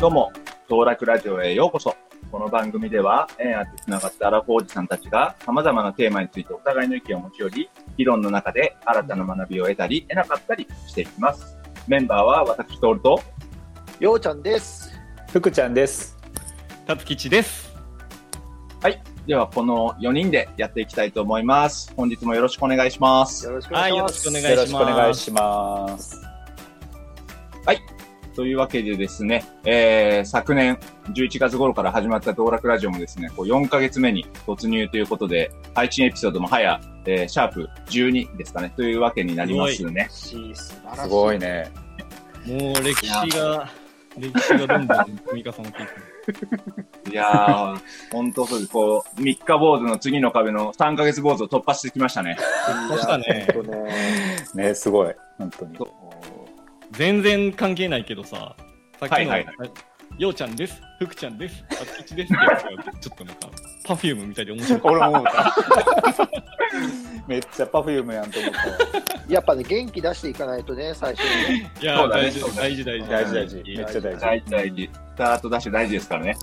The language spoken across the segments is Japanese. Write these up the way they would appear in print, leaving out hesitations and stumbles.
どうも、道楽ラジオへようこそ。この番組では、縁あってつながったアラフォーおじさんたちが様々なテーマについてお互いの意見を持ち寄り、議論の中で新たな学びを得たり、得なかったりしていきます。メンバーは私、トールと、 ようちゃんです。 福ちゃんです。 たつきちです。 はい。では、この4人でやっていきたいと思います。本日もよろしくお願いします。 よろしくお願いします。 よろしくお願いします。 よろしくお願いします。 はい。というわけでですね、昨年11月頃から始まった道楽ラジオもですね、4ヶ月目に突入ということで、配信エピソードも早、シャープ12ですかね、というわけになりますね。 すごいね。 もう歴史がどんどん積み重なっていく。 いやー、ほんとそうです。3日坊主の次の壁の3ヶ月坊主を突破してきましたね。 突破したね。 ね、すごい。本当に。 全然関係ないけどさ、さっきの、ようちゃんです、福ちゃんです、あつきちですってやつがちょっとなんか、パフュームみたいで面白い。 俺も思った。めっちゃパフュームやんと思った。 やっぱね、元気出していかないとね、最初にね。 いや、大事。 めっちゃ大事。 大事。スタートダッシュ大事ですからね。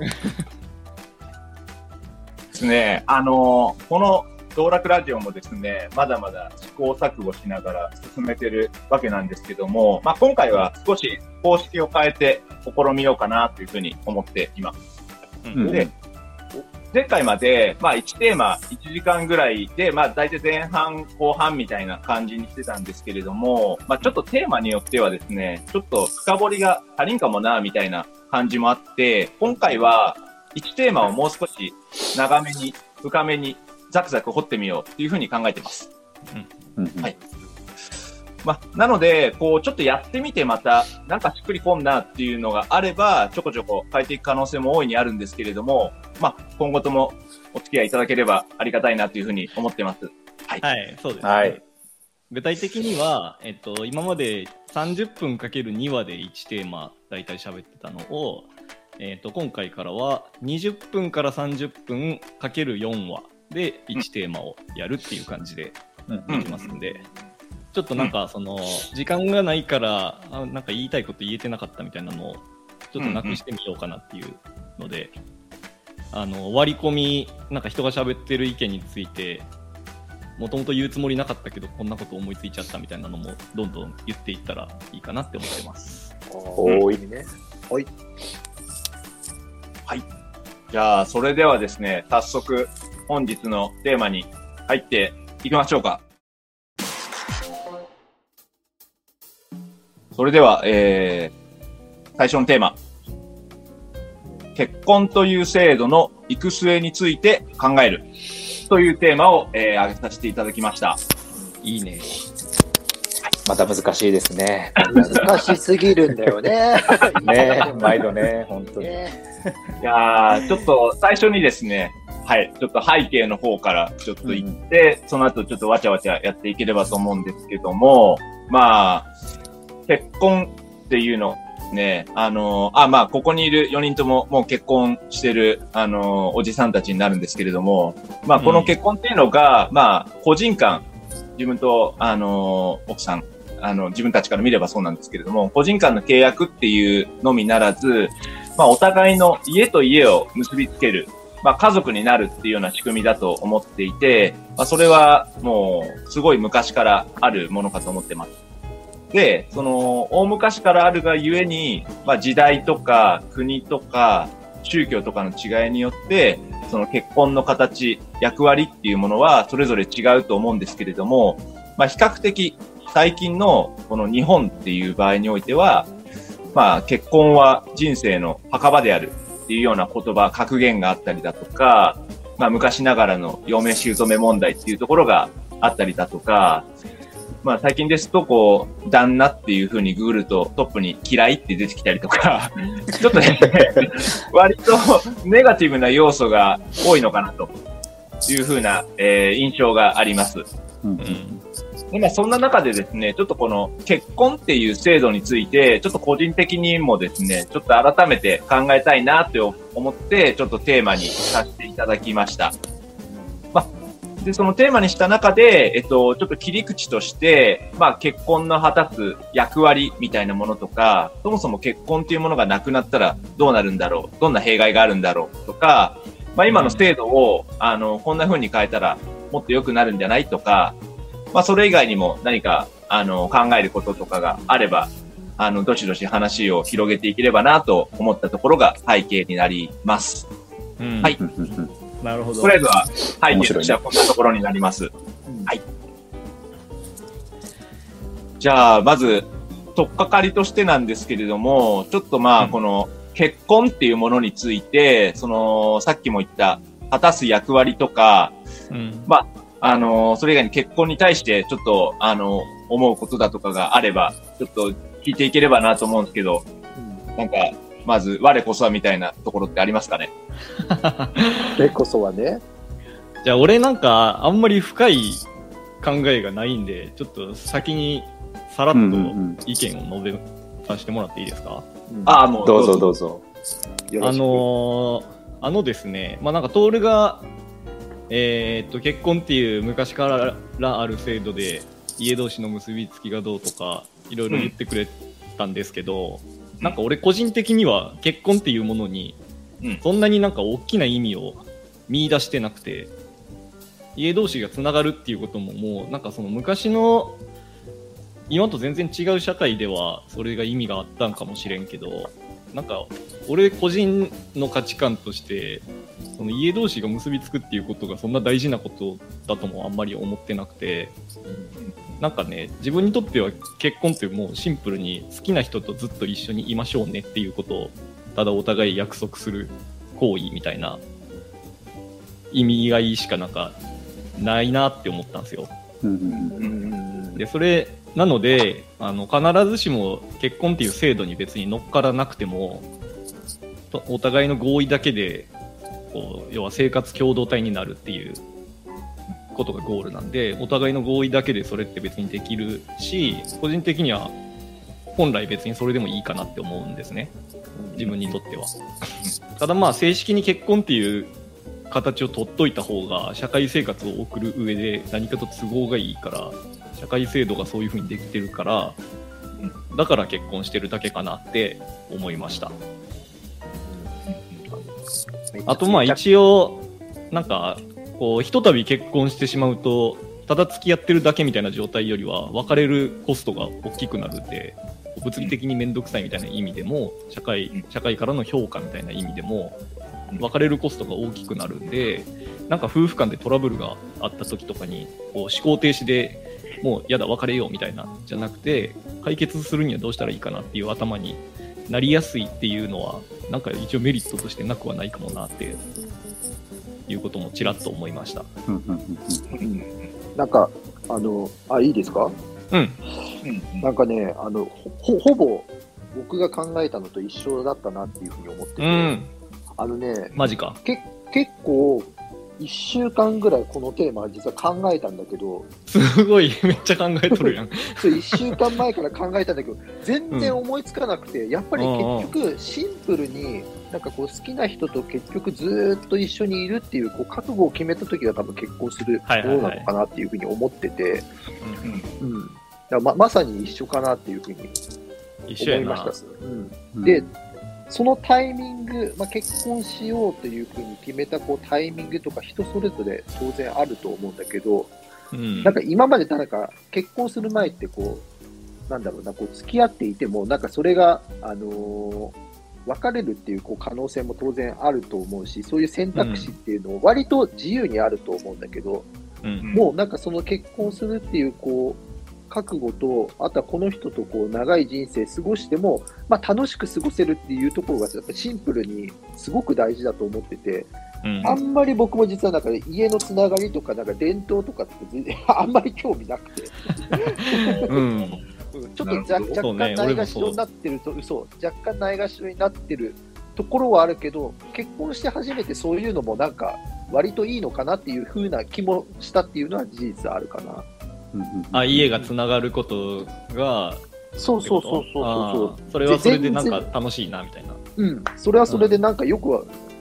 ですね、この道楽ラジオもですね、まだまだ試行錯誤しながら進めてるわけなんですけども、今回は少し方式を変えて試みようかなというふうに思っています。で、前回まで、1テーマ1時間ぐらいで、大体前半後半みたいな感じにしてたんですけれども、ちょっとテーマによってはですね、ちょっと深掘りが足りんかもな、みたいな感じもあって、今回は1テーマをもう少し長めに、深めに、ザクザク掘ってみようっていうふうに考えています。はい。なので、ちょっとやってみてまた、なんかしっくりこんなっていうのがあれば、ちょこちょこ変えていく可能性も大いにあるんですけれども、今後ともお付き合いいただければありがたいなというふうに思ってます。 はい、そうですね。 はい。 具体的には、今まで30分 ×2 話で1テーマだいたい喋ってたのを、今回からは20分から30分 ×4 話で1テーマをやるっていう感じでいきますんで、ちょっとなんか時間がないからなんか言いたいこと言えてなかったみたいなのをちょっとなくしてみようかなっていうので、割り込みなんか人が喋ってる意見についてもともと言うつもりなかったけどこんなこと思いついちゃったみたいなのもどんどん言っていったらいいかなって思ってます。 多いね。 はい。 はい。じゃあそれではですね、早速本日のテーマに入っていきましょうか。それでは、最初のテーマ。結婚という制度の行く末について考えるというテーマを、挙げさせていただきました。 いいね。 また難しいですね。 難しすぎるんだよね。 ね、毎度ね、本当に。 いやー、ちょっと最初にですね、はい、ちょっと背景の方からちょっと言って、その後ちょっとわちゃわちゃやっていければと思うんですけども、結婚っていうのね、ここにいる4人とももう結婚してる、おじさんたちになるんですけれども、この結婚っていうのが、個人間、自分と、奥さん、自分たちから見ればそうなんですけれども、個人間の契約っていうのみならず、お互いの家と家を結びつける、家族になるっていうような仕組みだと思っていて、それはもう、すごい昔からあるものかと思ってます。で、大昔からあるがゆえに、時代とか国とか宗教とかの違いによって、その結婚の形、役割っていうものはそれぞれ違うと思うんですけれども、比較的最近のこの日本っていう場合においては、結婚は人生の墓場であるっていうような言葉、格言があったりだとか、昔ながらの嫁姑問題っていうところがあったりだとか、最近ですと、旦那っていう風にググるとトップに嫌いって出てきたりとか、ちょっとね、割とネガティブな要素が多いのかなという風な、印象があります。で、そんな中でですね、ちょっとこの結婚っていう制度について、ちょっと個人的にもですね、ちょっと改めて考えたいなって思って、ちょっとテーマにさせていただきました。 で、そのテーマにした中で、ちょっと切り口として、まあ結婚の果たす役割みたいなものとか、そもそも結婚っていうものがなくなったらどうなるんだろう、どんな弊害があるんだろうとか、まあ今の制度を、こんな風に変えたらもっと良くなるんじゃないとか、まあそれ以外にも何か、考えることとかがあれば、どしどし話を広げていければなと思ったところが背景になります。はい。 なるほど。 とりあえずは背景としてはこんなところになります。はい。じゃあ、まず、取っかかりとしてなんですけれども、ちょっとまあ、この結婚っていうものについて、さっきも言った果たす役割とか、まあ、それ以外に結婚に対してちょっと、思うことだとかがあれば、ちょっと聞いていければなと思うんですけど、なんか、まず、我こそはみたいなところってありますかね？ 我こそはね。 じゃあ、俺なんか、あんまり深い考えがないんで、ちょっと先にさらっと意見を述べさせてもらっていいですか？ もうどうぞどうぞ。 ですね、まあなんか、トールが、結婚っていう昔からある制度で、家同士の結びつきがどうとか、いろいろ言ってくれたんですけど、なんか俺個人的には結婚っていうものに、そんなになんか大きな意味を見出してなくて、家同士がつながるっていうことももうなんかその昔の今と全然違う社会ではそれが意味があったんかもしれんけど、なんか俺個人の価値観としてその家同士が結びつくっていうことがそんな大事なことだともあんまり思ってなくて、なんかね、自分にとっては結婚ってもうシンプルに好きな人とずっと一緒にいましょうねっていうことをただお互い約束する行為みたいな意味合いしかなんかないなって思ったんですよ。でそれなので必ずしも結婚っていう制度に別に乗っからなくてもお互いの合意だけでこう要は生活共同体になるっていうことがゴールなんで、お互いの合意だけでそれって別にできるし、個人的には本来別にそれでもいいかなって思うんですね、自分にとっては。ただまあ正式に結婚っていう形を取っといた方が社会生活を送る上で何かと都合がいいから、社会制度がそういう風にできてるから、だから結婚してるだけかなって思いました。あとまあ一応なんかこうひとたび結婚してしまうとただ付き合ってるだけみたいな状態よりは別れるコストが大きくなるんで、物理的に面倒くさいみたいな意味でも社会からの評価みたいな意味でも別れるコストが大きくなるんで、なんか夫婦間でトラブルがあった時とかにこう思考停止でもうやだ別れようみたいなじゃなくて、解決するにはどうしたらいいかなっていう頭になりやすいっていうのはなんか一応メリットとしてなくはないかもなっていうこともちらっと思いました。 なんかいいですか？なんかねほぼ僕が考えたのと一緒だったなっていうふうに思ってて、 マジか。 結構1週間ぐらいこのテーマ実は考えたんだけど、 すごいめっちゃ考えとるやん。 そう1週間前から考えたんだけど全然思いつかなくて、やっぱり結局シンプルになんかこう好きな人と結局ずっと一緒にいるっていうこう覚悟を決めた時が多分結婚するものなのかなっていうふうに思ってて、だからまさに一緒かなっていうふうに思いました。でそのタイミング、結婚しようというふうに決めたこうタイミングとか人それぞれ当然あると思うんだけど、なんか今までなんか結婚する前ってこうなんだろうな、こう付き合っていてもなんかそれが別れるっていうこう可能性も当然あると思うし、そういう選択肢っていうのを割と自由にあると思うんだけど、もうなんかその結婚するっていうこう覚悟と、あとはこの人とこう長い人生過ごしても、楽しく過ごせるっていうところがやっぱシンプルにすごく大事だと思ってて、あんまり僕も実はなんか家のつながりとかなんか伝統とかって全然あんまり興味なくて、ちょっと若干ないがしろになってると、若干ないがしろになってるところはあるけど、結婚して初めてそういうのもなんか割といいのかなっていう風な気もしたっていうのは事実あるかな。 家がつながることが、 そうそれはそれでなんか楽しいなみたいな。 それはそれでなんかよく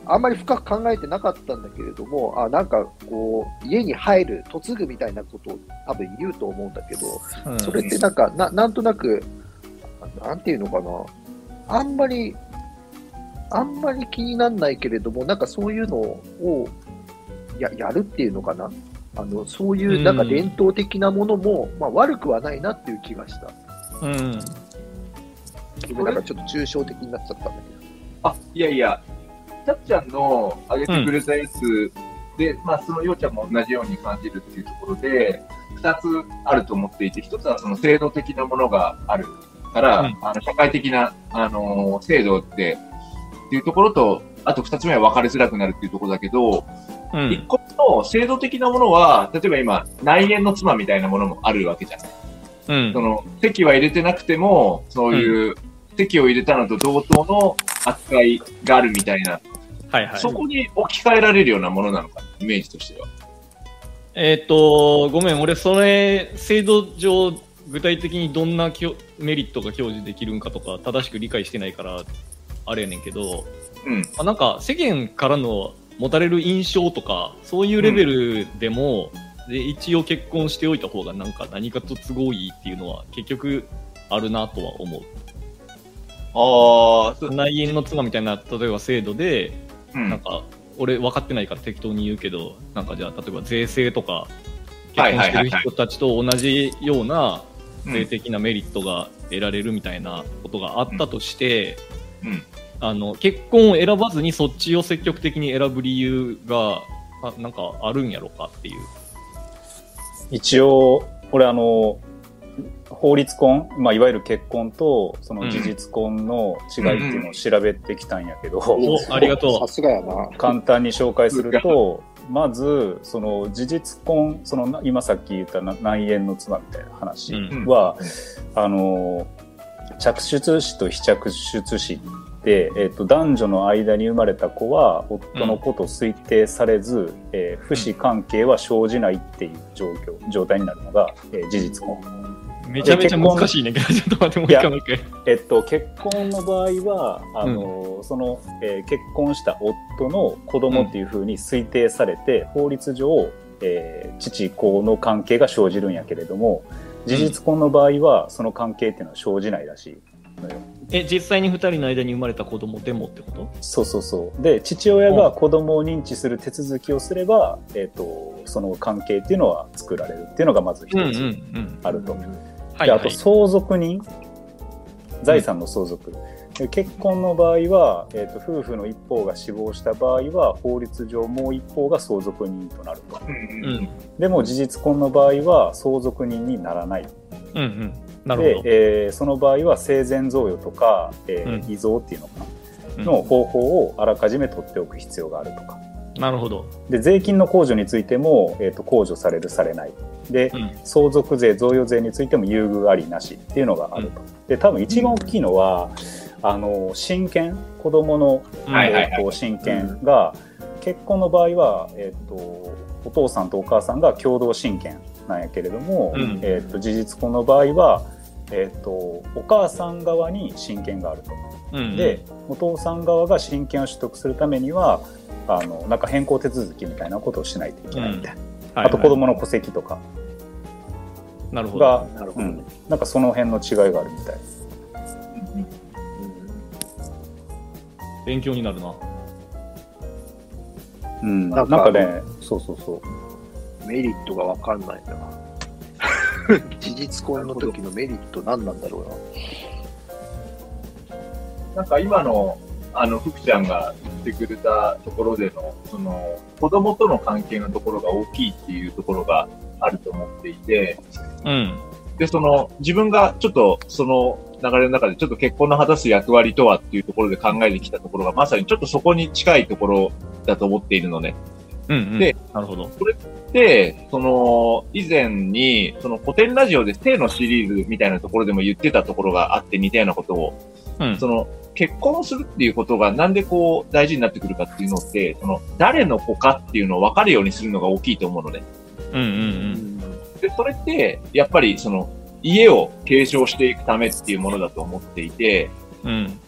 あんまり深く考えてなかったんだけれども、なんかこう、家に入る、嫁ぐみたいなことを多分言うと思うんだけど、それってなんか、なんとなく、なんていうのかな、あんまり気にならないけれども、なんかそういうのをやるっていうのかな。そういうなんか伝統的なものも、まあ、悪くはないなっていう気がした。 うん。 なんかちょっと抽象的になっちゃったんだけど。 いやいや、たっちゃんの挙げてくれたやつで、まあ、そのようちゃんも同じように感じるっていうところで、二つあると思っていて、一つはその制度的なものがあるから、社会的な、制度っていうところと、あと二つ目は分かりづらくなるっていうところだけど、一個の制度的なものは、例えば今、内縁の妻みたいなものもあるわけじゃん。その、籍は入れてなくても、そういう、籍を入れたのと同等の扱いがあるみたいな、そこに置き換えられるようなものなのか、イメージとしては。 ごめん、俺、それ、制度上、具体的にどんなメリットが享受できるんかとか、正しく理解してないから、あれやねんけど、なんか、世間からの持たれる印象とか、そういうレベルでも、で一応結婚しておいた方が何かと都合いいっていうのは結局あるなとは思う。内縁の妻みたいな例えば制度で、なんか俺分かってないから適当に言うけど、なんかじゃあ例えば税制とか結婚してる人たちと同じような税的なメリットが得られるみたいなことがあったとして、結婚を選ばずにそっちを積極的に選ぶ理由がなんかあるんやろかっていう。 一応俺法律婚、まあ、いわゆる結婚とその事実婚の違いっていうのを調べてきたんやけど、 ありがとう。 さすがやな。 簡単に紹介すると、まずその事実婚、その今さっき言った内縁の妻みたいな話は、嫡出子と非嫡出子で、男女の間に生まれた子は夫の子と推定されず、父子関係は生じないっていう状態になるのが、事実婚。 めちゃめちゃ難しいねんけど、ちょっと待って、もう一回もう一回。 結婚の場合はその、結婚した夫の子供っていう風に推定されて、法律上、父子の関係が生じるんやけれども、事実婚の場合はその関係っていうのは生じないらしいのよ。 実際に2人の間に生まれた子供でもってこと？ そうで、父親が子供を認知する手続きをすれば、その関係っていうのは作られるっていうのがまず一つあると。で、あと相続人、財産の相続、結婚の場合は、夫婦の一方が死亡した場合は法律上もう一方が相続人となると。でも事実婚の場合は相続人にならない。 なるほど。 で、その場合は生前贈与とか、遺贈っていうのかな、の方法をあらかじめ取っておく必要があるとか。 なるほど。 で、税金の控除についても、控除されるされない。で、相続税贈与税についても優遇ありなしっていうのがあると。で、多分一番大きいのは親権、子供の、親権が、結婚の場合は、お父さんとお母さんが共同親権なんやけれども、事実婚の場合は、お母さん側に親権があると。で、お父さん側が親権を取得するためにはなんか変更手続きみたいなことをしないといけないみたいな。あと子供の戸籍とかなるほど。 なんかその辺の違いがあるみたい。 勉強になるな。 なんかね、そうメリットが分かんないな。事実婚の時のメリット何なんだろうな。なんか今の福ちゃんが言ってくれたところでのその子供との関係のところが大きいっていうところがあると思っていて、でその自分がちょっとその流れの中でちょっと結婚の果たす役割とはっていうところで考えてきたところがまさにちょっとそこに近いところだと思っているのね。で、 なるほど。 これってその以前にその古典ラジオで性のシリーズみたいなところでも言ってたところがあって似たようなことを、その結婚するっていうことがなんでこう大事になってくるかっていうのって、その誰の子かっていうのを分かるようにするのが大きいと思うのね。で、それってやっぱりその家を継承していくためっていうものだと思っていて、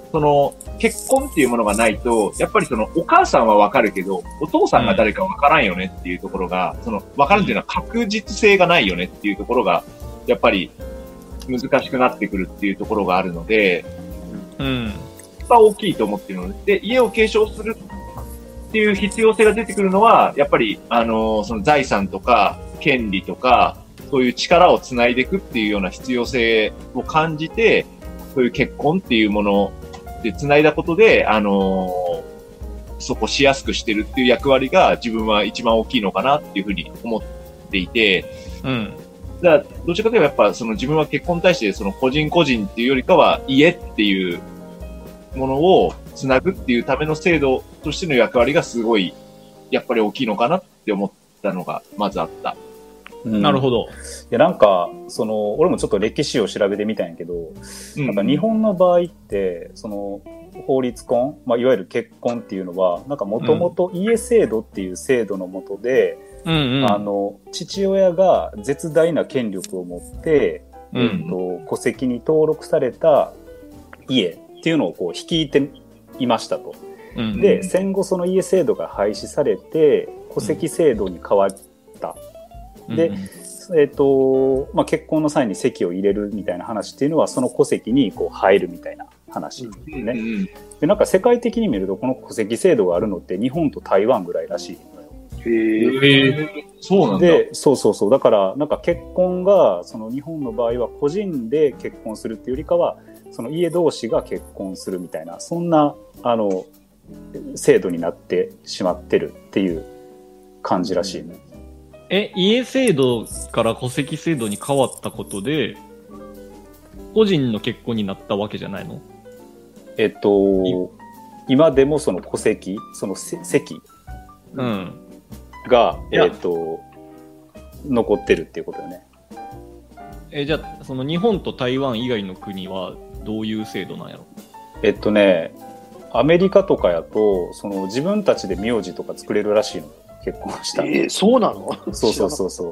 その、結婚っていうものがないと、やっぱりその、お母さんはわかるけど、お父さんが誰かわからんよねっていうところが、その、わかるっていうのは確実性がないよねっていうところが、やっぱり難しくなってくるっていうところがあるので、 うん。 は大きいと思っているので、で、家を継承するっていう必要性が出てくるのは、やっぱり、その財産とか、権利とか、そういう力をつないでいくっていうような必要性を感じて、そういう結婚っていうものでつないだことで、そこしやすくしてるっていう役割が自分は一番大きいのかなっていうふうに思っていて、 うん。 だからどちらかというとやっぱその自分は結婚に対してその個人個人っていうよりかは家っていうものをつなぐっていうための制度としての役割がすごいやっぱり大きいのかなって思ったのがまずあった。 なるほど。 いやなんかその俺もちょっと歴史を調べてみたんやけど、なんか日本の場合ってその法律婚、まあ、いわゆる結婚っていうのはなんかもともと家制度っていう制度の下で、父親が絶大な権力を持って、戸籍に登録された家っていうのをこう率いていましたと。で戦後その家制度が廃止されて戸籍制度に変わった。で、まあ、結婚の際に籍を入れるみたいな話っていうのはその戸籍にこう入るみたいな話ね。でなんか世界的に見るとこの戸籍制度があるのって日本と台湾ぐらいらしいのよ。 そうなんだ。 で、そうだからなんか結婚がその日本の場合は個人で結婚するっていうよりかはその家同士が結婚するみたいなそんな制度になってしまってるっていう感じらしいね。 家制度から戸籍制度に変わったことで個人の結婚になったわけじゃないの？ 今でもその戸籍その籍が、残ってるっていうことよね。 じゃあその日本と台湾以外の国はどういう制度なんやろ？ アメリカとかやとその自分たちで名字とか作れるらしいの。結婚した。 そうなの？ そう。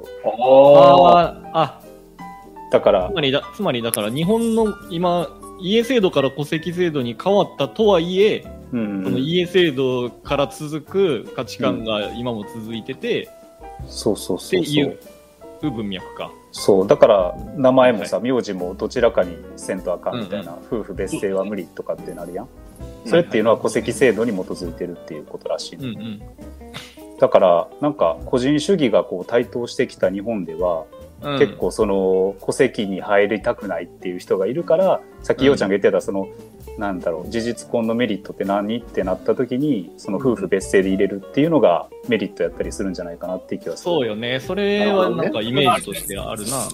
だからつまりだから日本の今家制度から戸籍制度に変わったとはいえ、その家制度から続く価値観が今も続いてて、っていう文脈か。 そうだから名前もさ、名字もどちらかにせんとあかんみたいな、夫婦別姓は無理とかってなるやん。それっていうのは戸籍制度に基づいてるっていうことらしい。だからなんか個人主義がこう台頭してきた日本では、結構その戸籍に入りたくないっていう人がいるから、さっきようちゃんが言ってたその、なんだろう事実婚のメリットって何ってなった時にその夫婦別姓で入れるっていうのがメリットやったりするんじゃないかなっていう気はする。 そうよね。それはなんかイメージとしてあるな。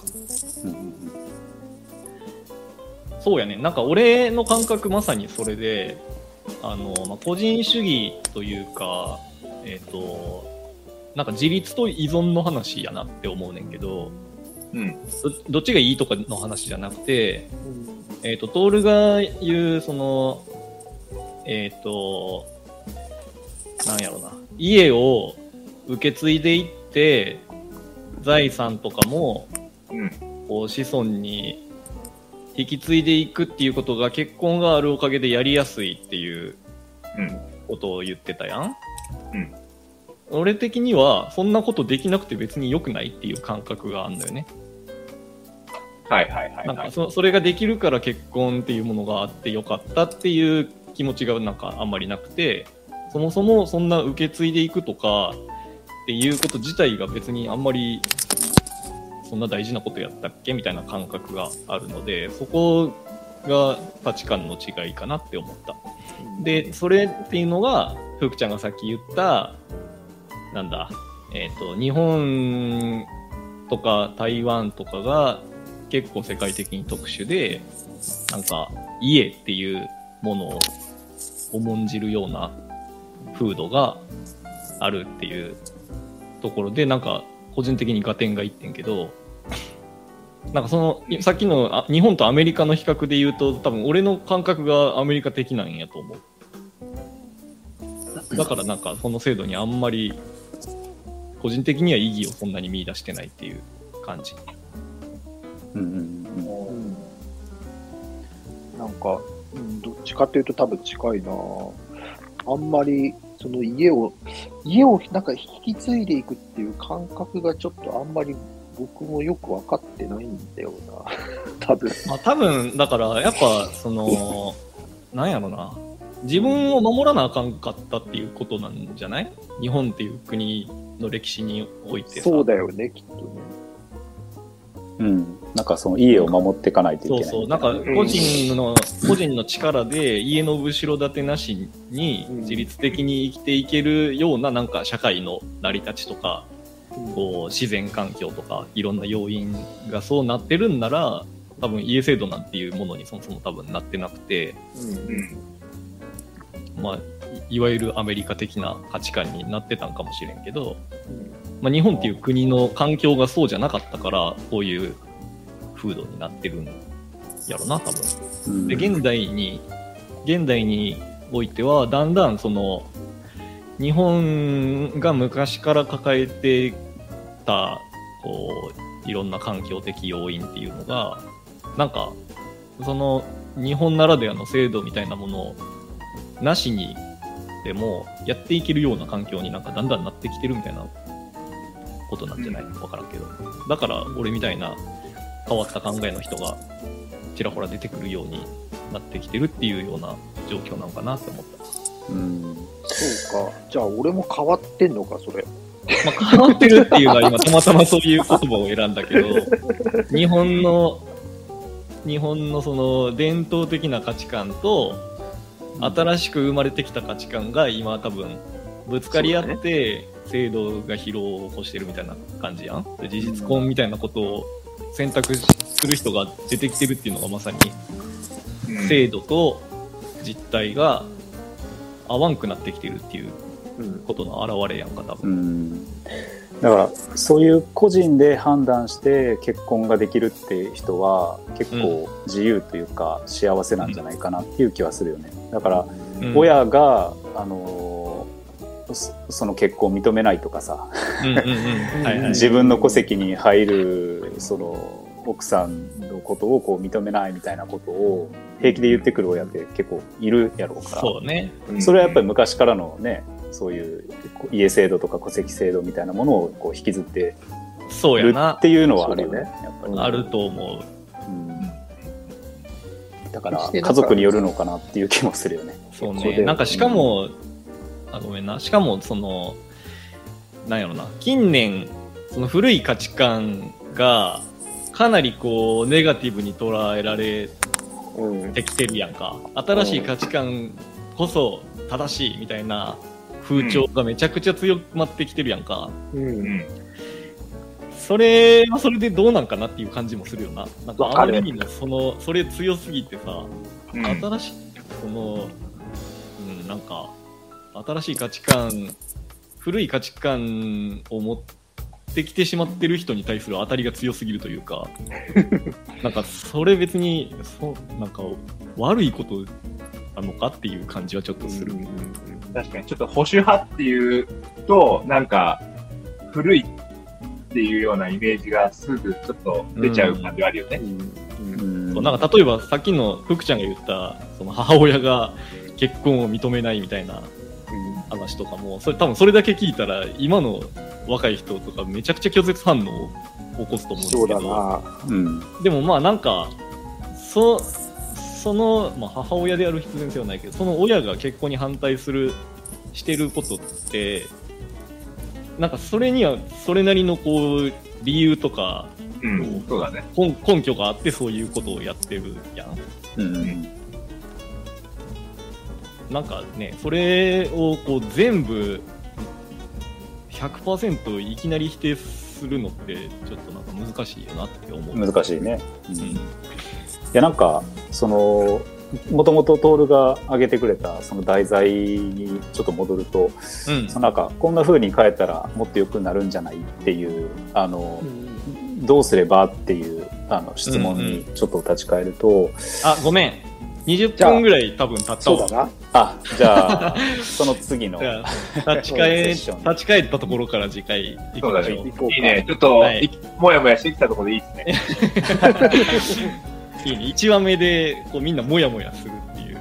そうやね。なんか俺の感覚まさにそれで、個人主義というか、なんか自立と依存の話やなって思うねんけど、どっちがいいとかの話じゃなくて、トールが言うそのなんやろな、家を受け継いでいって財産とかも、こう子孫に引き継いでいくっていうことが結婚があるおかげでやりやすいっていうことを言ってたやん。俺的にはそんなことできなくて別に良くないっていう感覚があるんだよね。なんかそれができるから結婚っていうものがあってよかったっていう気持ちがなんかあんまりなくて、そもそもそんな受け継いでいくとかっていうこと自体が別にあんまりそんな大事なことやったっけみたいな感覚があるので、そこが価値観の違いかなって思った。でそれっていうのがふうくちゃんがさっき言ったなんだ、日本とか台湾とかが結構世界的に特殊で、なんか家っていうものを重んじるような風土があるっていうところで、なんか個人的に合点がいってんけど、なんかそのさっきの日本とアメリカの比較で言うと、多分俺の感覚がアメリカ的なんやと思う。だからなんかその制度にあんまり個人的には意義をそんなに見出してないっていう感じ。 なんかどっちかっていうと多分近いな。あんまり、その家をなんか引き継いでいくっていう感覚がちょっとあんまり僕もよく分かってないんだよな。多分。 だからやっぱそのなんやろな、自分を守らなあかんかったっていうことなんじゃない？日本っていう国の歴史においてさ。 そうだよね、きっとね。 うん、なんかその家を守っていかないといけない。 そうなんか個人の力で家の後ろ盾なしに自律的に生きていけるようななんか社会の成り立ちとか、こう自然環境とかいろんな要因がそうなってるんなら、多分家制度なんていうものにそもそも多分なってなくて、まあいわゆるアメリカ的な価値観になってたんかもしれんけど、まあ、日本っていう国の環境がそうじゃなかったからこういう風土になってるんやろな多分。で現代においてはだんだんその日本が昔から抱えてたこういろんな環境的要因っていうのがなんかその日本ならではの制度みたいなものをなしにでもやっていけるような環境になんかだんだんなってきてるみたいなことなんじゃないのか分からんけど、だから俺みたいな変わった考えの人がちらほら出てくるようになってきてるっていうような状況なのかなって思った。 そうか。じゃあ俺も変わってんのかそれ。 まあ、変わってるっていうのは今たまたまそういう言葉を選んだけど日本のその伝統的な価値観と新しく生まれてきた価値観が今多分ぶつかり合って制度が疲労を起こしてるみたいな感じやん。事実婚みたいなことを選択する人が出てきてるっていうのがまさに制度と実態が合わんくなってきてるっていうことの表れやんか多分。 だからそういう個人で判断して結婚ができるっていう人は結構自由というか幸せなんじゃないかなっていう気はするよね。だから親がその結婚を認めないとかさ自分の戸籍に入るその奥さんのことをこう認めないみたいなことを平気で言ってくる親って結構いるやろうから、 そうね、 それはやっぱり昔からのねそういう家制度とか戸籍制度みたいなものをこう引きずってるっていうのはあるよね。やっぱりあると思う。 だから家族によるのかなっていう気もするよね。 そうね。なんかしかも、ごめんな。しかもそのなんやろな。近年その古い価値観がかなりこうネガティブに捉えられてきてるやんか。新しい価値観こそ正しいみたいな風潮がめちゃくちゃ強まってきてるやんか。それはそれでどうなんかなっていう感じもするよな。なんかあまりにもそれ強すぎてさ、新しいその、なんか新しい価値観、古い価値観を持ってきてしまってる人に対する当たりが強すぎるというか、なんかそれ別になんか悪いことなのかっていう感じはちょっとする。 確かにちょっと保守派っていうとなんか古いっていうようなイメージがすぐちょっと出ちゃう感じがあるよね。 そうなんか例えばさっきの福ちゃんが言ったその母親が結婚を認めないみたいな話とかも、それ多分それだけ聞いたら今の若い人とかめちゃくちゃ拒絶反応を起こすと思うんですけど、でもまあなんかその、まあ、母親である必然性はないけど、その親が結婚に反対してることってなんかそれにはそれなりのこう理由とか、 そうだね、 根拠があってそういうことをやってるやん。なんかね、それをこう全部 100% いきなり否定するのってちょっとなんか難しいよなって思う。 難しいね。いやなんかそのもともとトールが挙げてくれたその題材にちょっと戻ると、そのなんかこんな風に変えたらもっと良くなるんじゃないっていうどうすればっていう質問にちょっと立ち返ると、 あ、ごめん、20分ぐらい多分経ったわ。 そうだな。 あ、じゃあその次の立ち返ったところから次回行きましょう。 いいね。ちょっと、もやもやしてきたところでいいですね。 いいね。1話目でこうみんなもやもやするってい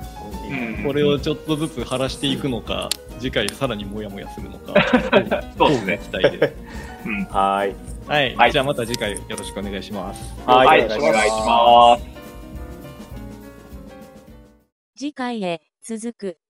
これをちょっとずつ晴らしていくのか、次回さらにモヤモヤするのか、 そうですね。 期待で。 はい。 はい。じゃあまた次回よろしくお願いします。 はい、お願いします。 次回へ続く。